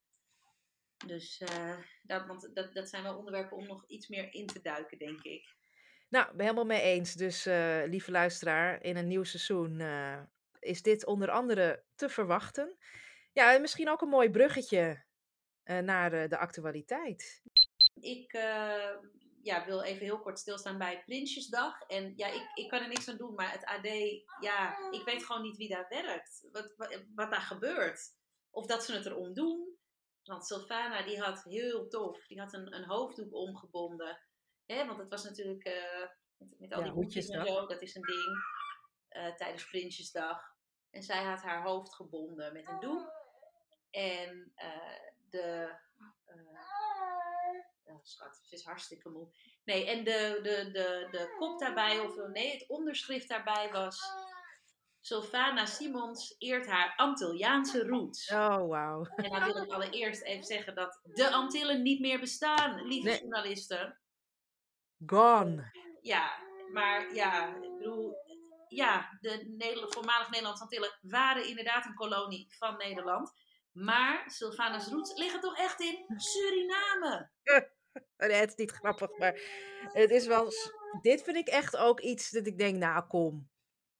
Dus uh, dat, want dat, dat zijn wel onderwerpen om nog iets meer in te duiken, denk ik. Nou, ben helemaal mee eens. Dus uh, lieve luisteraar, in een nieuw seizoen uh, is dit onder andere te verwachten. Ja, misschien ook een mooi bruggetje uh, naar uh, de actualiteit. Ik uh, ja, wil even heel kort stilstaan bij Prinsjesdag. En ja, ik, ik kan er niks aan doen, maar het A D, ja, ik weet gewoon niet wie daar werkt. Wat, wat, wat daar gebeurt. Of dat ze het erom doen. Want Sylvana, die had heel tof, die had een, een hoofddoek omgebonden. Hè, want het was natuurlijk uh, met, met al ja, die hoedjes en zo, dat is een ding. Uh, tijdens Prinsjesdag. En zij had haar hoofd gebonden met een doek. En uh, de... Uh, oh, schat, ze is hartstikke moe. Nee, en de, de, de, de kop daarbij, of nee, het onderschrift daarbij was... Sylvana Simons eert haar Antilliaanse roots. Oh, wauw. En dan wil ik allereerst even zeggen dat de Antillen niet meer bestaan, lieve nee. journalisten. Gone. Ja, maar ja, ik bedoel... Ja, de Nederland, voormalig Nederlandse Antillen waren inderdaad een kolonie van Nederland. Maar Sylvana's roots liggen toch echt in Suriname. Nee, het is niet grappig, maar het is wel... Dit vind ik echt ook iets dat ik denk, nou kom.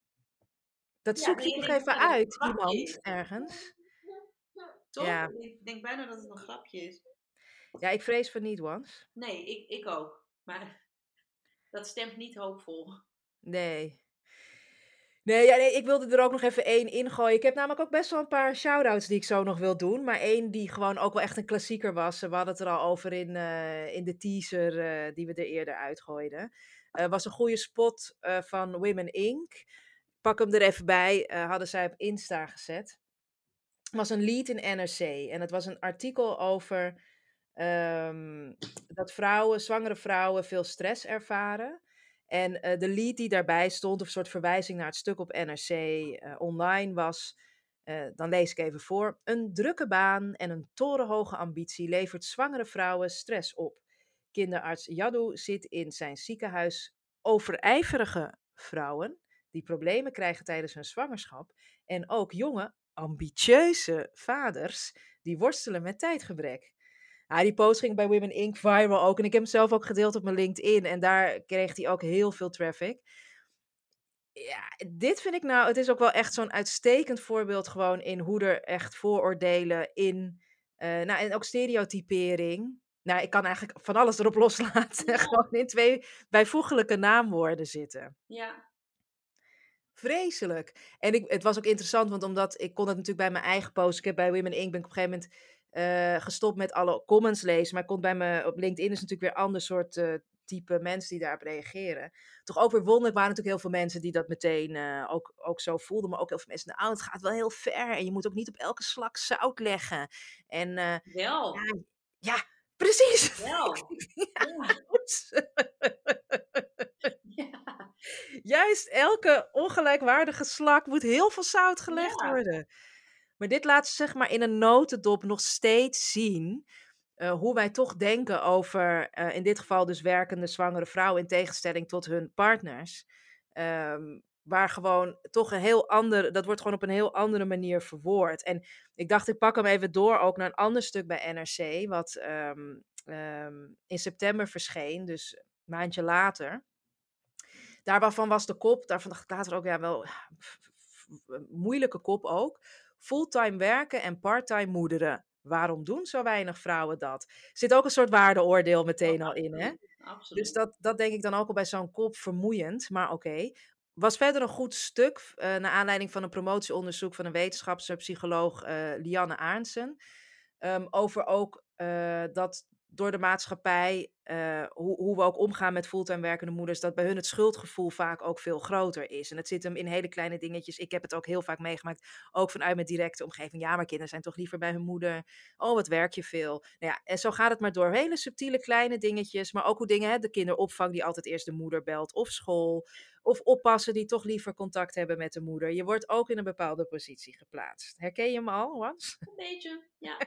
Dat ja, zoek je toch even nou, uit, iemand, ergens. Toch? Ja. Ik denk bijna dat het een grapje is. Ja, ik vrees van niet, Wans. Nee, ik, ik ook. Maar dat stemt niet hoopvol. Nee. Nee, ja, nee, ik wilde er ook nog even één ingooien. Ik heb namelijk ook best wel een paar shout-outs die ik zo nog wil doen. Maar één die gewoon ook wel echt een klassieker was. We hadden het er al over in, uh, in de teaser uh, die we er eerder uitgooiden. Uh, was een goede spot uh, van Women incorporated. Pak hem er even bij. Uh, hadden zij op Insta gezet. Het was een lead in N R C. En het was een artikel over um, dat vrouwen, zwangere vrouwen veel stress ervaren. En uh, de lead die daarbij stond, of een soort verwijzing naar het stuk op N R C uh, online was, uh, dan lees ik even voor. Een drukke baan en een torenhoge ambitie levert zwangere vrouwen stress op. Kinderarts Jadou zit in zijn ziekenhuis overijverige vrouwen die problemen krijgen tijdens hun zwangerschap. En ook jonge, ambitieuze vaders die worstelen met tijdgebrek. Ja, die post ging bij Women incorporated viral ook. En ik heb hem zelf ook gedeeld op mijn LinkedIn. En daar kreeg hij ook heel veel traffic. Ja, dit vind ik nou... Het is ook wel echt zo'n uitstekend voorbeeld gewoon in hoe er echt vooroordelen in... Uh, nou, en ook stereotypering. Nou, ik kan eigenlijk van alles erop loslaten. Ja. Gewoon in twee bijvoeglijke naamwoorden zitten. Ja. Vreselijk. En ik, het was ook interessant, want omdat ik kon het natuurlijk bij mijn eigen post. Ik heb bij Women incorporated ben ik op een gegeven moment... Uh, gestopt met alle comments lezen. Maar ik kon bij me op LinkedIn is natuurlijk weer een ander soort uh, type mensen die daarop reageren. Toch ook weer wonderlijk waren natuurlijk heel veel mensen die dat meteen uh, ook, ook zo voelden. Maar ook heel veel mensen, nou, het gaat wel heel ver. En je moet ook niet op elke slak zout leggen. En uh, wel. Ja, ja, precies. Wel. ja, ja. ja. Juist elke ongelijkwaardige slak moet heel veel zout gelegd ja. worden. Maar dit laat zeg maar in een notendop nog steeds zien uh, hoe wij toch denken over, uh, in dit geval dus werkende zwangere vrouwen in tegenstelling tot hun partners. Um, waar gewoon toch een heel ander, dat wordt gewoon op een heel andere manier verwoord. En ik dacht, ik pak hem even door ook naar een ander stuk bij N R C, wat ehm, ehm, in september verscheen, dus een maandje later. Daar waarvan was de kop, daarvan dacht ik later ook, ja, wel moeilijke kop ook. Fulltime werken en parttime moederen. Waarom doen zo weinig vrouwen dat? Er zit ook een soort waardeoordeel meteen Oh, al in, hè? absoluut, Dus absoluut. dat, dat denk ik dan ook al bij zo'n kop vermoeiend, maar oké. Was verder een goed stuk, eh naar aanleiding van een promotieonderzoek van een wetenschapspsycholoog, eh Lianne Arnsen. Ehm, over ook eh, dat door de maatschappij, eh, hoe, hoe we ook omgaan met fulltime werkende moeders, dat bij hun het schuldgevoel vaak ook veel groter is. En het zit hem in hele kleine dingetjes. Ik heb het ook heel vaak meegemaakt, ook vanuit mijn directe omgeving. Ja, maar kinderen zijn toch liever bij hun moeder. Oh, wat werk je veel. Nou ja, en zo gaat het maar door. Hele subtiele kleine dingetjes, maar ook hoe dingen, hè, de kinderopvang die altijd eerst de moeder belt, of school, of oppassen die toch liever contact hebben met de moeder. Je wordt ook in een bepaalde positie geplaatst. Herken je hem al, Wans? Een beetje, ja.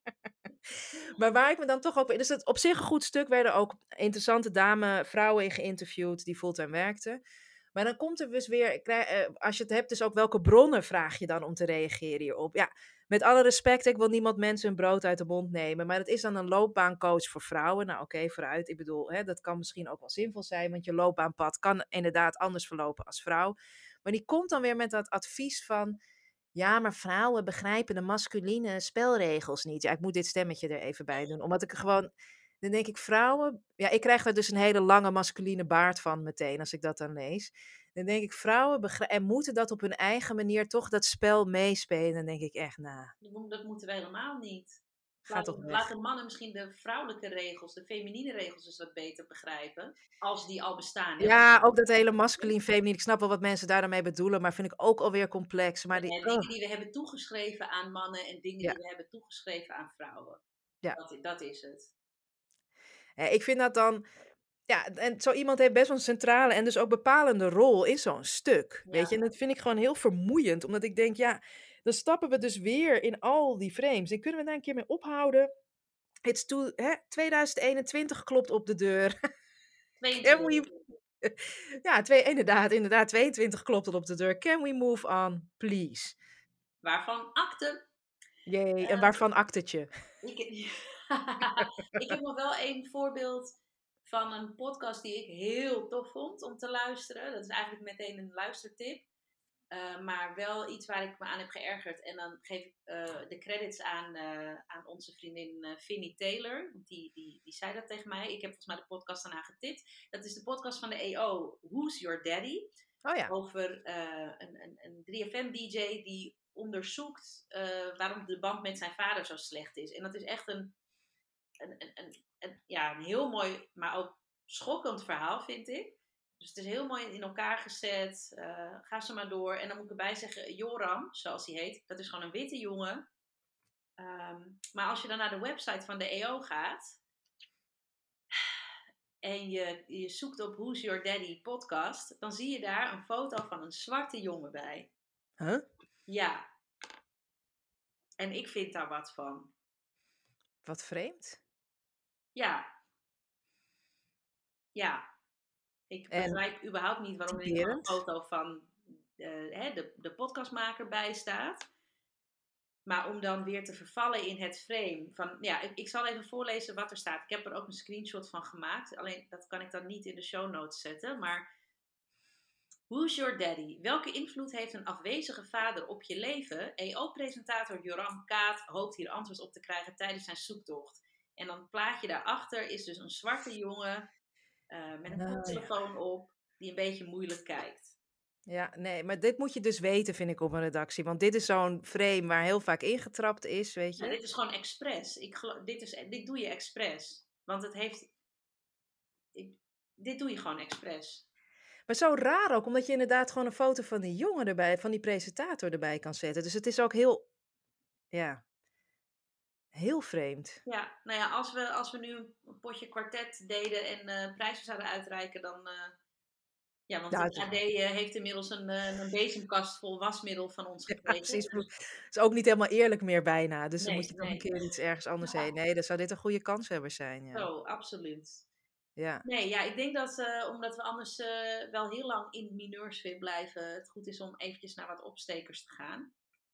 Maar waar ik me dan toch ook... Dus het op zich een goed stuk, werden ook interessante dame, vrouwen in geïnterviewd die fulltime werkten. Maar dan komt er dus weer, ik krijg- eh, als je het hebt, dus ook welke bronnen vraag je dan om te reageren hierop? Ja, met alle respect, ik wil niemand mensen hun brood uit de mond nemen, maar het is dan een loopbaancoach voor vrouwen. Nou oké, vooruit. Ik bedoel, hè, dat kan misschien ook wel zinvol zijn, want je loopbaanpad kan inderdaad anders verlopen als vrouw. Maar die komt dan weer met dat advies van, ja, maar vrouwen begrijpen de masculine spelregels niet. Ja, ik moet dit stemmetje er even bij doen, omdat ik er gewoon... Dan denk ik, vrouwen... Ja, ik krijg daar dus een hele lange masculine baard van meteen, als ik dat dan lees. Dan denk ik, vrouwen begrij- en moeten dat op hun eigen manier toch dat spel meespelen. Dan denk ik echt, nou, Dat mo- Dat moeten wij helemaal niet. ga toch Laten, weg. laten mannen misschien de vrouwelijke regels, de feminine regels eens wat beter begrijpen. Als die al bestaan. Hè? Ja, ook dat hele masculin, feminien. Ik snap wel wat mensen daar dan mee bedoelen, maar vind ik ook alweer complex. Maar die, Eh, oh, dingen die we hebben toegeschreven aan mannen en dingen ja, die we hebben toegeschreven aan vrouwen. ja. Dat, dat is het. Hè, ik vind dat dan... Ja, en zo iemand heeft best wel een centrale en dus ook bepalende rol in zo'n stuk, weet je. En Ja. dat vind ik gewoon heel vermoeiend, omdat ik denk, ja, dan stappen we dus weer in al die frames. En kunnen we daar een keer mee ophouden? It's too, hè, tweeduizend eenentwintig klopt op de deur. Can we... tweeëntwintig. Ja, twee, inderdaad, inderdaad, tweeëntwintig klopt al op de deur. Can we move on, please? Waarvan akte. Jee, en Eh, waarvan actetje? ik, ik heb nog wel een voorbeeld van een podcast die ik heel tof vond om te luisteren. Dat is eigenlijk meteen een luistertip. Uh, maar wel iets waar ik me aan heb geërgerd. En dan geef ik uh, de credits aan, uh, aan onze vriendin uh, Vinnie Taylor. Die, die, die zei dat tegen mij. Ik heb volgens mij de podcast daarna getipt. Dat is de podcast van de E O, Who's Your Daddy? Oh ja. Over uh, een, een, een drie F M D J die onderzoekt uh, waarom de band met zijn vader zo slecht is. En dat is echt een, een, een, een, een, ja, een heel mooi, maar ook schokkend verhaal, vind ik. Dus het is heel mooi in elkaar gezet. Uh, ga ze maar door. En dan moet ik erbij zeggen, Joram, zoals hij heet, dat is gewoon een witte jongen. Um, maar als je dan naar de website van de E O gaat en je, je zoekt op Who's Your Daddy podcast, dan zie je daar een foto van een zwarte jongen bij. Huh? Ja. En ik vind daar wat van. Wat vreemd. Ja. Ja. Ik En begrijp überhaupt niet waarom er niet gewoon een foto van uh, hè, de, de podcastmaker bij staat. Maar om dan weer te vervallen in het frame van... Ja, ik, ik zal even voorlezen wat er staat. Ik heb er ook een screenshot van gemaakt. Alleen dat kan ik dan niet in de show notes zetten. Maar... Who's your daddy? Welke invloed heeft een afwezige vader op je leven? E O-presentator Joram Kaat hoopt hier antwoord op te krijgen tijdens zijn zoektocht. En dan het plaatje daarachter is dus een zwarte jongen... Uh, met een nou, koptelefoon ja. op, die een beetje moeilijk kijkt. Ja, nee, maar dit moet je dus weten, vind ik, op een redactie. Want dit is zo'n frame waar heel vaak ingetrapt is, weet je. Ja, dit is gewoon expres. Ik geloof, dit, is, dit doe je expres. Want het heeft... Ik, dit doe je gewoon expres. Maar zo raar ook, omdat je inderdaad gewoon een foto van die jongen erbij, van die presentator erbij kan zetten. Dus het is ook heel, ja, heel vreemd. Ja, nou ja, als we, als we nu een potje kwartet deden en uh, prijzen zouden uitreiken, dan... Uh, ja, want ja, het A D uh, heeft inmiddels een, uh, een bezemkast vol wasmiddel van ons gekregen. Ja, precies. Het is ook niet helemaal eerlijk meer bijna. Dus nee, dan moet je toch nee. een keer iets ergens anders ja. heen. Nee, dan zou dit een goede kanshebber zijn. Ja. Zo, absoluut. Ja. Nee, ja, ik denk dat, uh, omdat we anders uh, wel heel lang in mineursfeer blijven, het goed is om eventjes naar wat opstekers te gaan.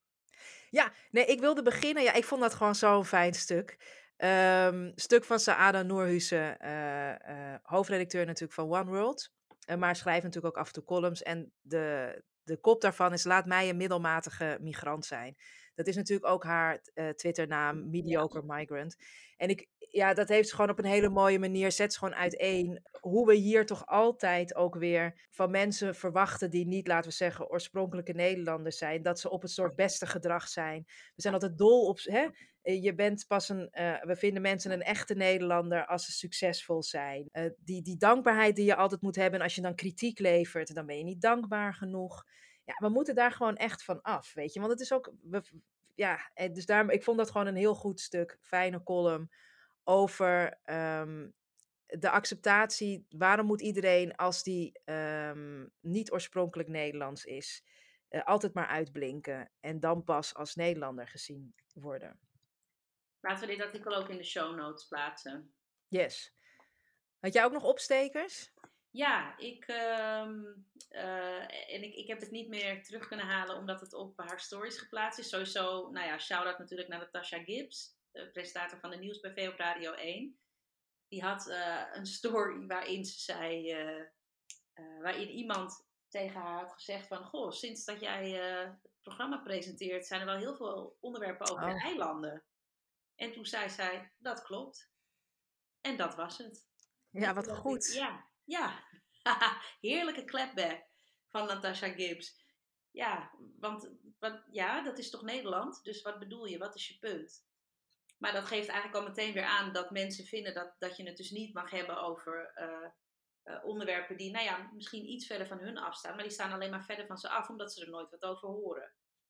Ja, nee, ik wilde beginnen. Ja, ik vond dat gewoon zo'n fijn stuk. Um, stuk van Saada Noorhuze, uh, uh, hoofdredacteur natuurlijk van One World. Uh, maar schrijft natuurlijk ook af en toe columns. En de, de kop daarvan is: laat mij een middelmatige migrant zijn. Dat is natuurlijk ook haar uh, Twitternaam, Mediocre ja. Migrant. En ik, ja, dat heeft ze gewoon op een hele mooie manier, zet ze gewoon uiteen hoe we hier toch altijd ook weer van mensen verwachten die niet, laten we zeggen, oorspronkelijke Nederlanders zijn, dat ze op het soort beste gedrag zijn. We zijn altijd dol op, hè? Je bent pas een, uh, we vinden mensen een echte Nederlander als ze succesvol zijn. Uh, die, die dankbaarheid die je altijd moet hebben, en als je dan kritiek levert, dan ben je niet dankbaar genoeg. Ja, we moeten daar gewoon echt van af, weet je. Want het is ook, we, ja, dus daarom, ik vond dat gewoon een heel goed stuk, fijne column, over um, de acceptatie. Waarom moet iedereen, als die um, niet oorspronkelijk Nederlands is, uh, altijd maar uitblinken en dan pas als Nederlander gezien worden? Laten we dit artikel ook in de show notes plaatsen. Yes. Had jij ook nog opstekers? Ja, ik, um, uh, en ik, ik heb het niet meer terug kunnen halen omdat het op haar stories geplaatst is. Sowieso, nou ja, shout-out natuurlijk naar Natasha Gibbs, de presentator van de nieuws bij V op Radio één. Die had uh, een story waarin ze zei, uh, uh, waarin iemand tegen haar had gezegd van, goh, sinds dat jij uh, het programma presenteert, zijn er wel heel veel onderwerpen over oh. de eilanden. En toen zei zij, dat klopt. En dat was het. Ja, wat goed. Ik, ja, ja. Heerlijke clapback van Natasha Gibbs. Ja, want wat, ja, dat is toch Nederland? Dus wat bedoel je? Wat is je punt? Maar dat geeft eigenlijk al meteen weer aan dat mensen vinden dat, dat je het dus niet mag hebben over uh, uh, onderwerpen die, nou ja, misschien iets verder van hun afstaan. Maar die staan alleen maar verder van ze af, omdat ze er nooit wat over horen.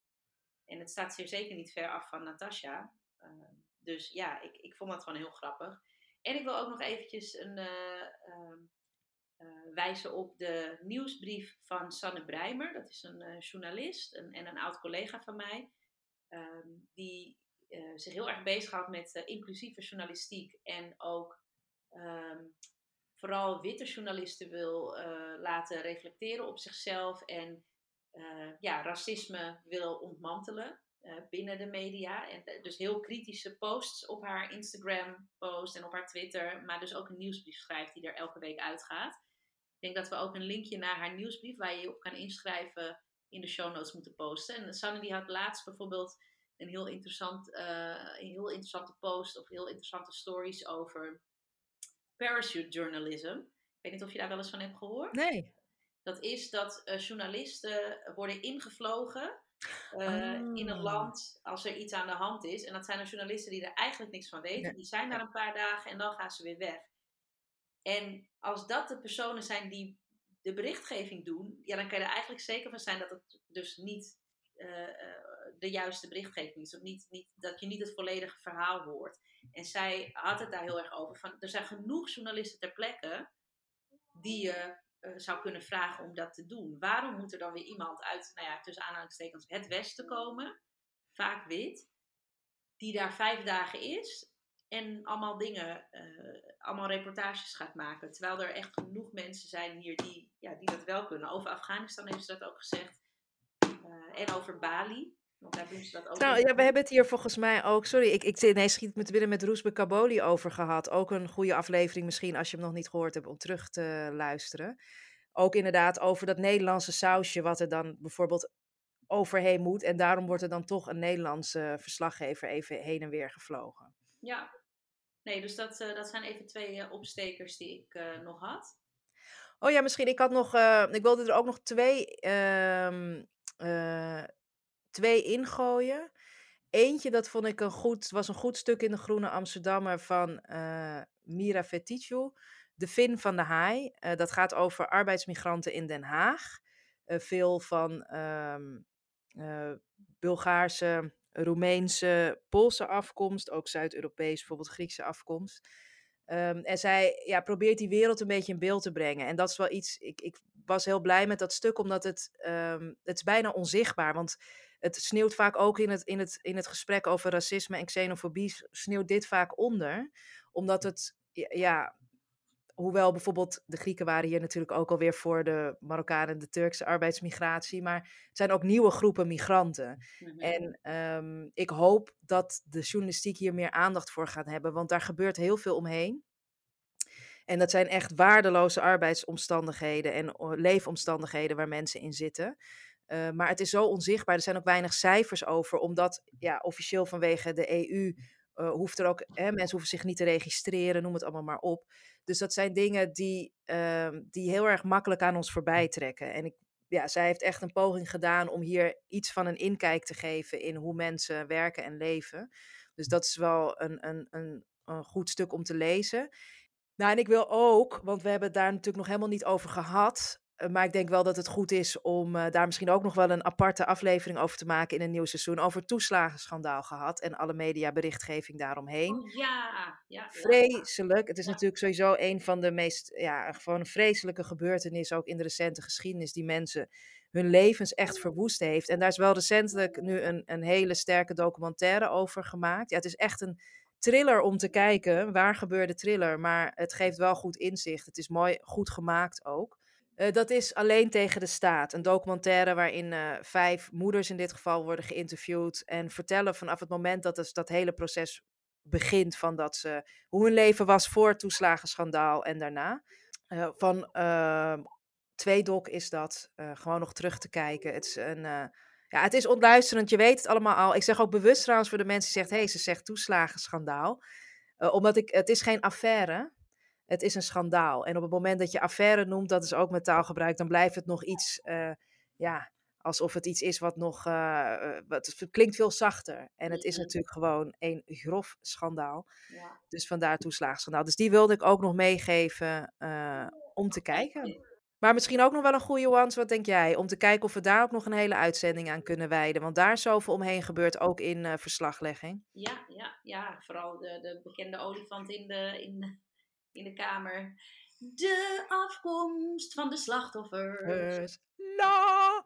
En het staat zeer zeker niet ver af van Natasha. Uh, dus ja, ik, ik vond dat gewoon heel grappig. En ik wil ook nog eventjes een, uh, uh, uh, wijzen op de nieuwsbrief van Sanne Breimer. Dat is een uh, journalist een, en een oud collega van mij. Um, die uh, zich heel erg bezighoudt met uh, inclusieve journalistiek. En ook um, vooral witte journalisten wil uh, laten reflecteren op zichzelf. En uh, ja, racisme wil ontmantelen. Uh, binnen de media. En uh, dus heel kritische posts op haar Instagram post en op haar Twitter. Maar dus ook een nieuwsbrief schrijft die er elke week uitgaat. Ik denk dat we ook een linkje naar haar nieuwsbrief waar je je op kan inschrijven in de show notes moeten posten. En Sanne die had laatst bijvoorbeeld een heel, interessant, uh, een heel interessante post of heel interessante stories over parachute journalism. Ik weet niet of je daar wel eens van hebt gehoord. Nee. Dat is dat uh, journalisten worden ingevlogen Uh, oh. in een land als er iets aan de hand is. En dat zijn er journalisten die er eigenlijk niks van weten. Ja. Die zijn daar een paar dagen en dan gaan ze weer weg. En als dat de personen zijn die de berichtgeving doen, ja, dan kan je er eigenlijk zeker van zijn dat het dus niet uh, uh, de juiste berichtgeving is. Of niet, niet, dat je niet het volledige verhaal hoort. En zij had het daar heel erg over. Van, er zijn genoeg journalisten ter plekke die je uh, Uh, zou kunnen vragen om dat te doen. Waarom moet er dan weer iemand uit, nou ja, tussen aanhalingstekens, het Westen komen, vaak wit, die daar vijf dagen is en allemaal dingen, uh, allemaal reportages gaat maken. Terwijl er echt genoeg mensen zijn hier die, ja, die dat wel kunnen. Over Afghanistan heeft ze dat ook gezegd. Uh, en over Bali. Want daar doen ze dat ook. Nou, ja, we hebben het hier volgens mij ook, sorry, ik, ik nee, schiet het me te binnen met Roesbe Kaboli over gehad. Ook een goede aflevering misschien, als je hem nog niet gehoord hebt, om terug te luisteren. Ook inderdaad over dat Nederlandse sausje, wat er dan bijvoorbeeld overheen moet. En daarom wordt er dan toch een Nederlandse verslaggever even heen en weer gevlogen. Ja, nee, dus dat, uh, dat zijn even twee uh, opstekers die ik uh, nog had. Oh ja, misschien, ik had nog, uh, ik wilde er ook nog twee... Uh, uh, Twee ingooien. Eentje, dat vond ik een goed, was een goed stuk in de Groene Amsterdammer van uh, Mira Fetichu. De Vin van de Haai. Uh, dat gaat over arbeidsmigranten in Den Haag. Uh, veel van um, uh, Bulgaarse, Roemeense, Poolse afkomst. Ook Zuid-Europees, bijvoorbeeld Griekse afkomst. Um, en zij ja, probeert die wereld een beetje in beeld te brengen. En dat is wel iets, ik, ik was heel blij met dat stuk, omdat het, um, het is bijna onzichtbaar. Want het sneeuwt vaak ook in het, in, het, in het gesprek over racisme en xenofobie, sneeuwt dit vaak onder. Omdat het, ja, hoewel bijvoorbeeld de Grieken waren hier natuurlijk ook alweer voor de Marokkanen en de Turkse arbeidsmigratie. Maar er zijn ook nieuwe groepen migranten. Mhm. En um, ik hoop dat de journalistiek hier meer aandacht voor gaat hebben. Want daar gebeurt heel veel omheen. En dat zijn echt waardeloze arbeidsomstandigheden en leefomstandigheden waar mensen in zitten. Uh, maar het is zo onzichtbaar. Er zijn ook weinig cijfers over. Omdat ja, officieel vanwege de E U uh, hoeft er ook... Hè, mensen hoeven zich niet te registreren, noem het allemaal maar op. Dus dat zijn dingen die, uh, die heel erg makkelijk aan ons voorbij trekken. En ik, ja, zij heeft echt een poging gedaan om hier iets van een inkijk te geven in hoe mensen werken en leven. Dus dat is wel een, een, een, een goed stuk om te lezen. Nou, en ik wil ook, want we hebben het daar natuurlijk nog helemaal niet over gehad. Uh, maar ik denk wel dat het goed is om uh, daar misschien ook nog wel een aparte aflevering over te maken in een nieuw seizoen. Over het toeslagenschandaal gehad en alle mediaberichtgeving daaromheen. Oh, ja, ja. Vreselijk. Het is ja. natuurlijk sowieso een van de meest, ja, gewoon een vreselijke gebeurtenissen ook in de recente geschiedenis die mensen hun levens echt verwoest heeft. En daar is wel recentelijk nu een, een hele sterke documentaire over gemaakt. Ja, het is echt een thriller om te kijken. Waar gebeurde thriller? Maar het geeft wel goed inzicht. Het is mooi, goed gemaakt ook. Uh, dat is Alleen tegen de staat. Een documentaire waarin uh, vijf moeders in dit geval worden geïnterviewd en vertellen vanaf het moment dat dus dat hele proces begint van dat ze, hoe hun leven was voor het toeslagenschandaal en daarna. Uh, van uh, Tweedok is dat, uh, gewoon nog terug te kijken. Het is een... Uh, Ja, het is ontluisterend, je weet het allemaal al. Ik zeg ook bewust trouwens voor de mensen die zeggen, hé, hey, ze zegt toeslagenschandaal. Uh, omdat ik, het is geen affaire, het is een schandaal. En op het moment dat je affaire noemt, dat is ook met taalgebruik, dan blijft het nog iets, uh, ja, alsof het iets is wat nog, uh, wat, het klinkt veel zachter. En het is natuurlijk gewoon een grof schandaal. Ja. Dus vandaar toeslagenschandaal. Dus die wilde ik ook nog meegeven uh, om te kijken. Maar misschien ook nog wel een goede, Wans, wat denk jij? Om te kijken of we daar ook nog een hele uitzending aan kunnen wijden. Want daar is zoveel omheen gebeurt, ook in uh, verslaglegging. Ja, ja, ja, vooral de, de bekende olifant in de, in, in de kamer. De afkomst van de slachtoffers. No!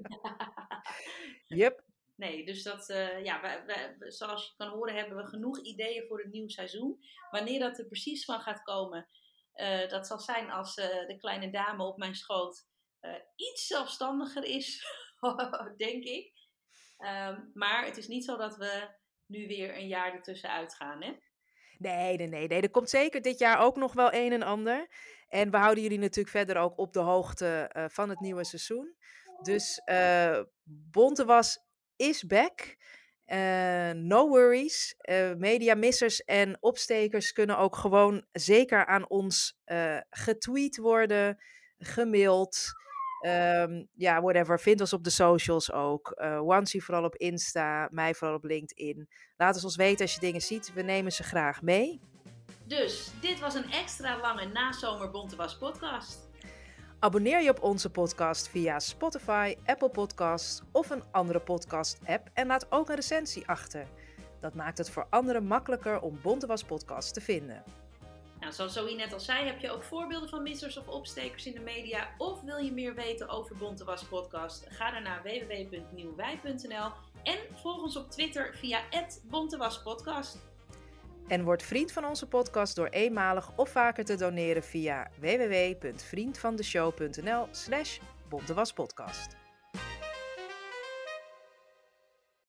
Yep. Nee, dus dat, uh, ja, we, we, zoals je kan horen hebben we genoeg ideeën voor het nieuw seizoen. Wanneer dat er precies van gaat komen... Uh, dat zal zijn als uh, de kleine dame op mijn schoot uh, iets zelfstandiger is, denk ik. Um, maar het is niet zo dat we nu weer een jaar ertussen uitgaan, hè? Nee, nee, nee, nee. Er komt zeker dit jaar ook nog wel een en ander. En we houden jullie natuurlijk verder ook op de hoogte uh, van het nieuwe seizoen. Dus uh, Bontewas is back. Uh, no worries. Uh, mediamissers en opstekers kunnen ook gewoon zeker aan ons uh, getweet worden, gemaild. Um, ja, whatever. Vind ons op de socials ook. Uh, Wansi vooral op Insta, mij vooral op LinkedIn. Laat het ons weten als je dingen ziet. We nemen ze graag mee. Dus, dit was een extra lange nazomer Bontewas podcast. Abonneer je op onze podcast via Spotify, Apple Podcasts of een andere podcast-app en laat ook een recensie achter. Dat maakt het voor anderen makkelijker om Bontewas podcast te vinden. Nou, zoals Zoe net al zei, heb je ook voorbeelden van missers of opstekers in de media of wil je meer weten over Bontewas podcast? Ga dan naar w w w punt nieuwwij punt n l en volg ons op Twitter via at bontewaspodcast. En word vriend van onze podcast door eenmalig of vaker te doneren via w w w punt vriendvandeshow punt n l slash bontewaspodcast.